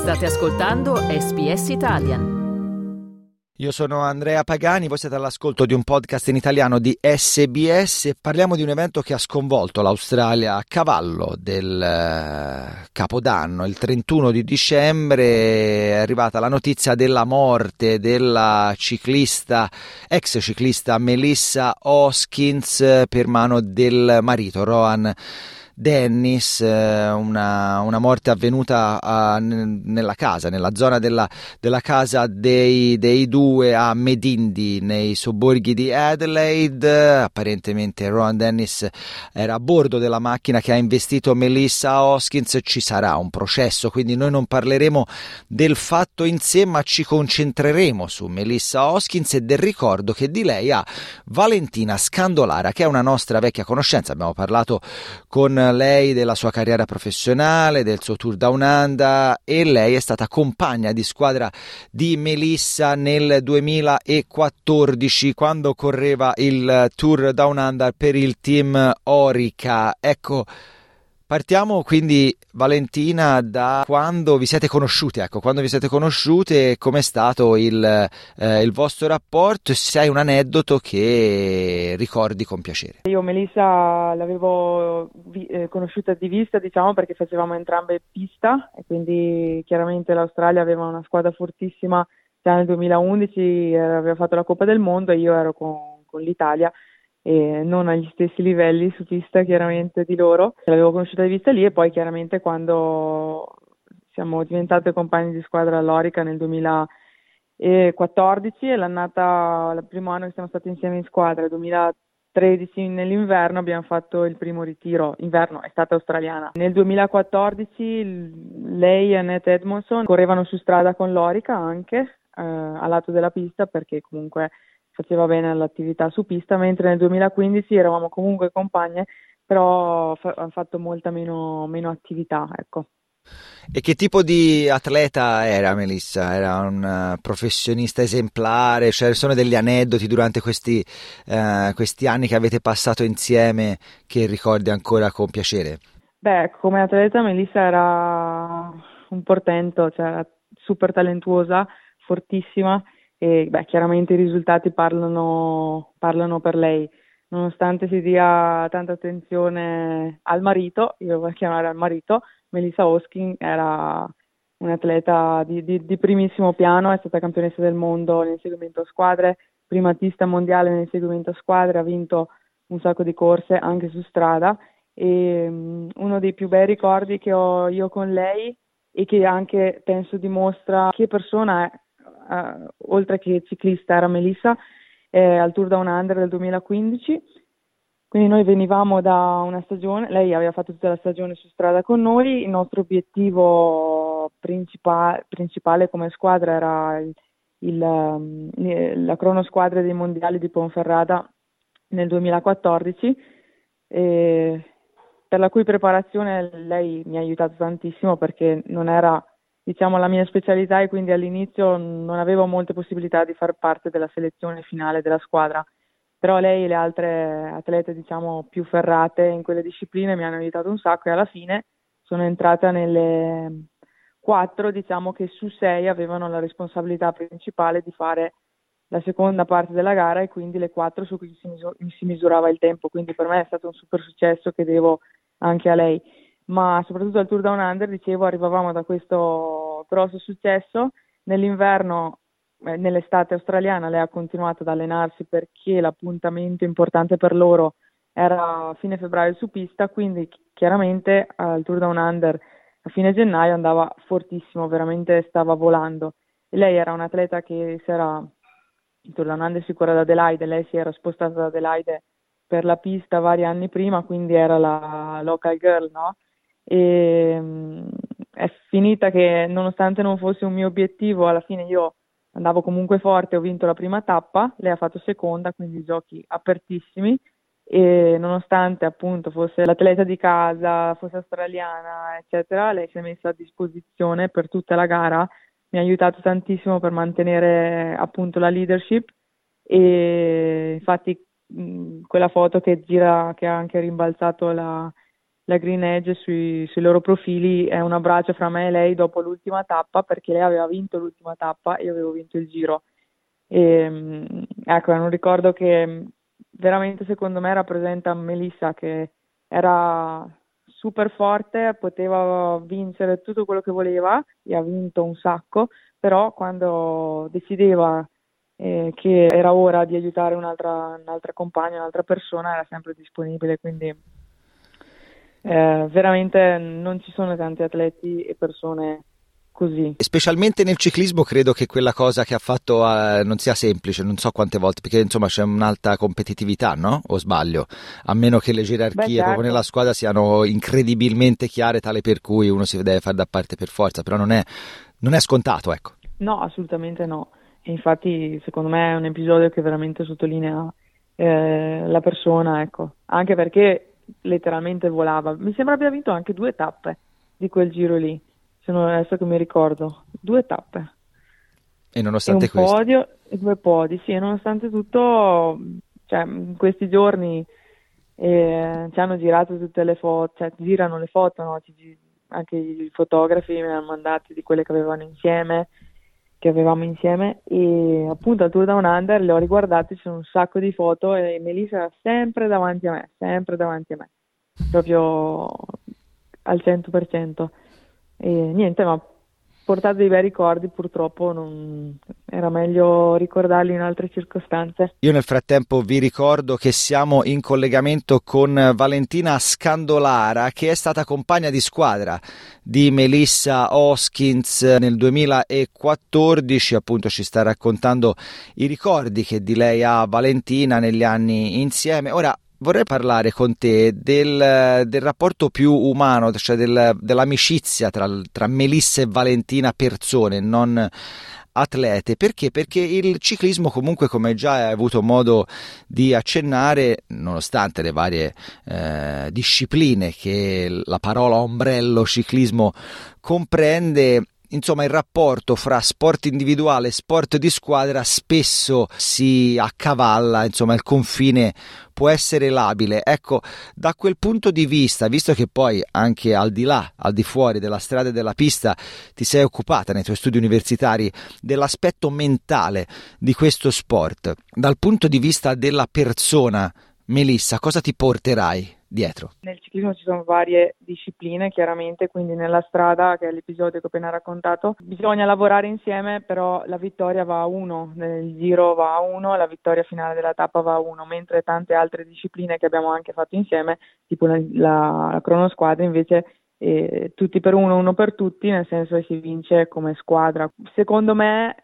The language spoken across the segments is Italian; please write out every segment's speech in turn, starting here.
State ascoltando SBS Italian. Io sono Andrea Pagani, voi siete all'ascolto di un podcast in italiano di SBS e parliamo di un evento che ha sconvolto l'Australia a cavallo del Capodanno. Il 31 di dicembre è arrivata la notizia della morte della ex ciclista Melissa Hoskins per mano del marito Rohan Dennis, una morte avvenuta nella zona della casa dei due a Medindi, nei sobborghi di Adelaide. Apparentemente Rohan Dennis era a bordo della macchina che ha investito Melissa Hoskins. Ci sarà un processo, quindi noi non parleremo del fatto in sé, ma ci concentreremo su Melissa Hoskins e del ricordo che di lei ha Valentina Scandolara, che è una nostra vecchia conoscenza. Abbiamo parlato con lei della sua carriera professionale, del suo Tour Down Under, e lei è stata compagna di squadra di Melissa nel 2014 quando correva il Tour Down Under per il team Orica. Ecco, partiamo quindi, Valentina, da quando vi siete conosciute, e com'è stato il vostro rapporto, e se hai un aneddoto che ricordi con piacere. Io Melissa l'avevo conosciuta di vista, diciamo, perché facevamo entrambe pista e quindi chiaramente l'Australia aveva una squadra fortissima. Già nel 2011 aveva fatto la Coppa del Mondo e io ero con l'Italia, e non agli stessi livelli su pista chiaramente di loro. L'avevo conosciuta di vista lì, e poi chiaramente quando siamo diventate compagni di squadra all'Orica nel 2014, è il primo anno che siamo stati insieme in squadra. Nel 2013 nell'inverno abbiamo fatto il primo ritiro, inverno, estate australiana. Nel 2014 lei e Annette Edmondson correvano su strada con l'Orica anche a lato della pista, perché comunque faceva bene l'attività su pista, mentre nel 2015 eravamo comunque compagne, però hanno fatto molta meno attività, ecco. E che tipo di atleta era Melissa? Era un professionista esemplare? Cioè, sono degli aneddoti durante questi anni che avete passato insieme che ricordi ancora con piacere? Beh, come atleta Melissa era un portento, cioè era super talentuosa, fortissima, e chiaramente i risultati parlano per lei. Nonostante si dia tanta attenzione al marito, io lo voglio chiamare al marito, Melissa Hoskins era un'atleta di primissimo piano. È stata campionessa del mondo nel seguimento a squadre, primatista mondiale nel seguimento a squadre, ha vinto un sacco di corse anche su strada, e uno dei più bei ricordi che ho io con lei, e che anche penso dimostra che persona è, oltre che ciclista era Melissa, al Tour Down Under del 2015. Quindi noi venivamo da una stagione, lei aveva fatto tutta la stagione su strada con noi. Il nostro obiettivo principale come squadra era la cronosquadra dei mondiali di Ponferrada nel 2014, per la cui preparazione lei mi ha aiutato tantissimo, perché non era, diciamo, la mia specialità, e quindi all'inizio non avevo molte possibilità di far parte della selezione finale della squadra. Però lei e le altre atlete, diciamo, più ferrate in quelle discipline mi hanno aiutato un sacco, e alla fine sono entrata nelle 4, diciamo, che su 6 avevano la responsabilità principale di fare la seconda parte della gara, e quindi le 4 su cui si misurava il tempo. Quindi per me è stato un super successo che devo anche a lei. Ma soprattutto al Tour Down Under, dicevo, arrivavamo da questo grosso successo. Nell'inverno, nell'estate australiana, lei ha continuato ad allenarsi, perché l'appuntamento importante per loro era a fine febbraio su pista, quindi chiaramente al Tour Down Under a fine gennaio andava fortissimo, veramente stava volando. E lei era un'atleta che il Tour Down Under si corre ad Adelaide, lei si era spostata da Adelaide per la pista vari anni prima, quindi era la local girl, no? E è finita che, nonostante non fosse un mio obiettivo, alla fine io andavo comunque forte, ho vinto la prima tappa, lei ha fatto seconda, quindi giochi apertissimi, e nonostante appunto fosse l'atleta di casa, fosse australiana, eccetera, lei si è messa a disposizione per tutta la gara, mi ha aiutato tantissimo per mantenere appunto la leadership, e infatti quella foto che gira, che ha anche rimbalzato la la Green Edge sui loro profili è un abbraccio fra me e lei dopo l'ultima tappa, perché lei aveva vinto l'ultima tappa e io avevo vinto il Giro. Ecco, è un ricordo che veramente secondo me rappresenta Melissa, che era super forte, poteva vincere tutto quello che voleva e ha vinto un sacco, però quando decideva che era ora di aiutare un'altra compagna, un'altra persona, era sempre disponibile, quindi veramente non ci sono tanti atleti e persone così. Specialmente nel ciclismo credo che quella cosa che ha fatto non sia semplice, non so quante volte, perché insomma c'è un'alta competitività, no? O sbaglio? A meno che le gerarchie certo, proprio nella squadra siano incredibilmente chiare, tale per cui uno si deve fare da parte per forza, però non è scontato, ecco. No, assolutamente no. E infatti secondo me è un episodio che veramente sottolinea la persona, ecco, anche perché letteralmente volava. Mi sembra abbia vinto anche 2 tappe di quel giro lì, se non adesso che mi ricordo, 2 tappe. E nonostante e un questo. podio e 2 podi, sì, e nonostante tutto, cioè, in questi giorni ci hanno girato tutte le foto, cioè girano le foto, no? Anche i fotografi me le hanno mandate di quelle che avevamo insieme, e appunto al Tour Down Under le ho riguardate, ci sono un sacco di foto e Melissa era sempre davanti a me, proprio al 100%. E niente, ma portato dei bei ricordi, purtroppo era meglio ricordarli in altre circostanze. Io nel frattempo vi ricordo che siamo in collegamento con Valentina Scandolara, che è stata compagna di squadra di Melissa Hoskins nel 2014, appunto ci sta raccontando i ricordi che di lei ha Valentina negli anni insieme. Ora vorrei parlare con te del rapporto più umano, cioè dell'amicizia tra Melissa e Valentina, persone, non atlete. Perché? Perché il ciclismo comunque, come già hai avuto modo di accennare, nonostante le varie discipline che la parola ombrello ciclismo comprende, insomma il rapporto fra sport individuale e sport di squadra spesso si accavalla, insomma il confine può essere labile. Ecco, da quel punto di vista, visto che poi anche al di là, al di fuori della strada e della pista, ti sei occupata nei tuoi studi universitari dell'aspetto mentale di questo sport, dal punto di vista della persona, Melissa, cosa ti porterai dietro? Nel ciclismo ci sono varie discipline, chiaramente, quindi nella strada, che è l'episodio che ho appena raccontato, bisogna lavorare insieme, però la vittoria va a uno, nel giro va a uno, la vittoria finale della tappa va a uno, mentre tante altre discipline che abbiamo anche fatto insieme, tipo la cronosquadra, invece tutti per uno per tutti, nel senso che si vince come squadra. Secondo me,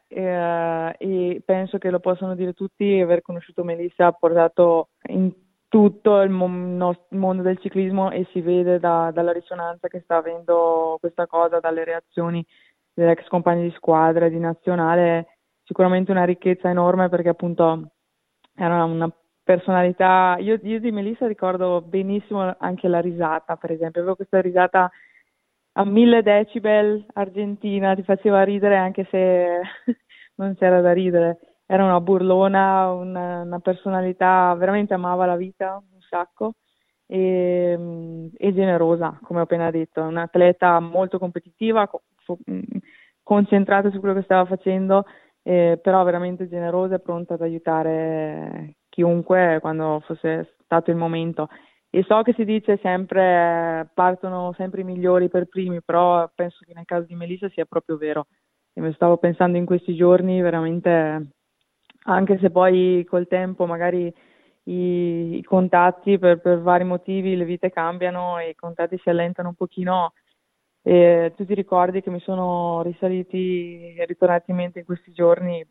e penso che lo possano dire tutti, aver conosciuto Melissa ha portato in tutto il mondo del ciclismo, e si vede dalla risonanza che sta avendo questa cosa, dalle reazioni degli ex compagni di squadra e di nazionale, sicuramente una ricchezza enorme, perché appunto era una personalità. Io di Melissa ricordo benissimo anche la risata, per esempio, avevo questa risata a 1000 decibel argentina, ti faceva ridere anche se non c'era da ridere. Era una burlona, una personalità, veramente amava la vita un sacco e generosa, come ho appena detto. Un'atleta molto competitiva, concentrata su quello che stava facendo, però veramente generosa e pronta ad aiutare chiunque quando fosse stato il momento. E so che si dice sempre partono sempre i migliori per primi, però penso che nel caso di Melissa sia proprio vero. E mi stavo pensando in questi giorni, veramente, anche se poi col tempo magari i contatti per vari motivi, le vite cambiano e i contatti si allentano un pochino, e tutti i ricordi che mi sono risaliti e ritornati in mente in questi giorni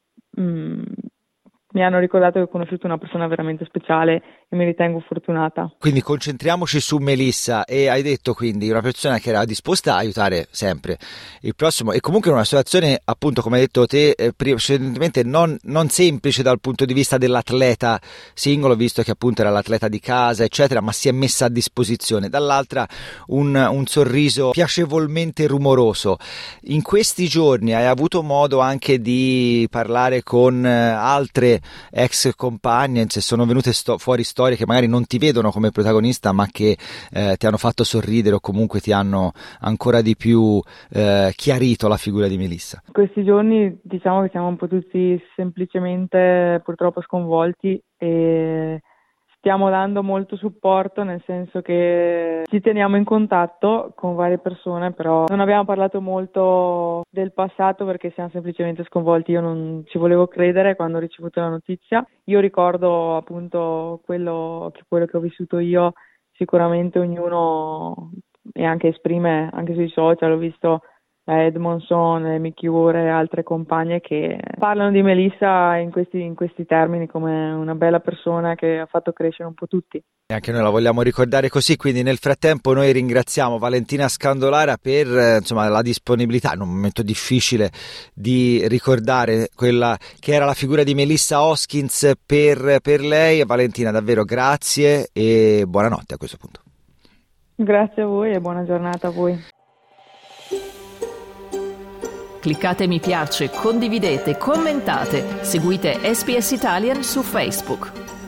mi hanno ricordato che ho conosciuto una persona veramente speciale e mi ritengo fortunata. Quindi concentriamoci su Melissa. E hai detto quindi una persona che era disposta a aiutare sempre il prossimo, e comunque in una situazione, appunto, come hai detto te precedentemente, non semplice dal punto di vista dell'atleta singolo, visto che appunto era l'atleta di casa eccetera, ma si è messa a disposizione. Dall'altra un sorriso piacevolmente rumoroso. In questi giorni hai avuto modo anche di parlare con altre ex compagne, se sono venute fuori storie storie che magari non ti vedono come protagonista, ma che ti hanno fatto sorridere o comunque ti hanno ancora di più chiarito la figura di Melissa? In questi giorni diciamo che siamo un po' tutti semplicemente purtroppo sconvolti e stiamo dando molto supporto, nel senso che ci teniamo in contatto con varie persone, però non abbiamo parlato molto del passato perché siamo semplicemente sconvolti. Io non ci volevo credere quando ho ricevuto la notizia. Io ricordo appunto quello che ho vissuto io, sicuramente ognuno e anche esprime anche sui social, ho visto Edmondson, Amy Cure e altre compagne che parlano di Melissa in questi termini, come una bella persona che ha fatto crescere un po' tutti. E anche noi la vogliamo ricordare così, quindi nel frattempo noi ringraziamo Valentina Scandolara per la disponibilità in un momento difficile di ricordare quella che era la figura di Melissa Hoskins per lei. Valentina, davvero grazie e buonanotte a questo punto. Grazie a voi e buona giornata a voi. Cliccate mi piace, condividete, commentate, seguite SBS Italian su Facebook.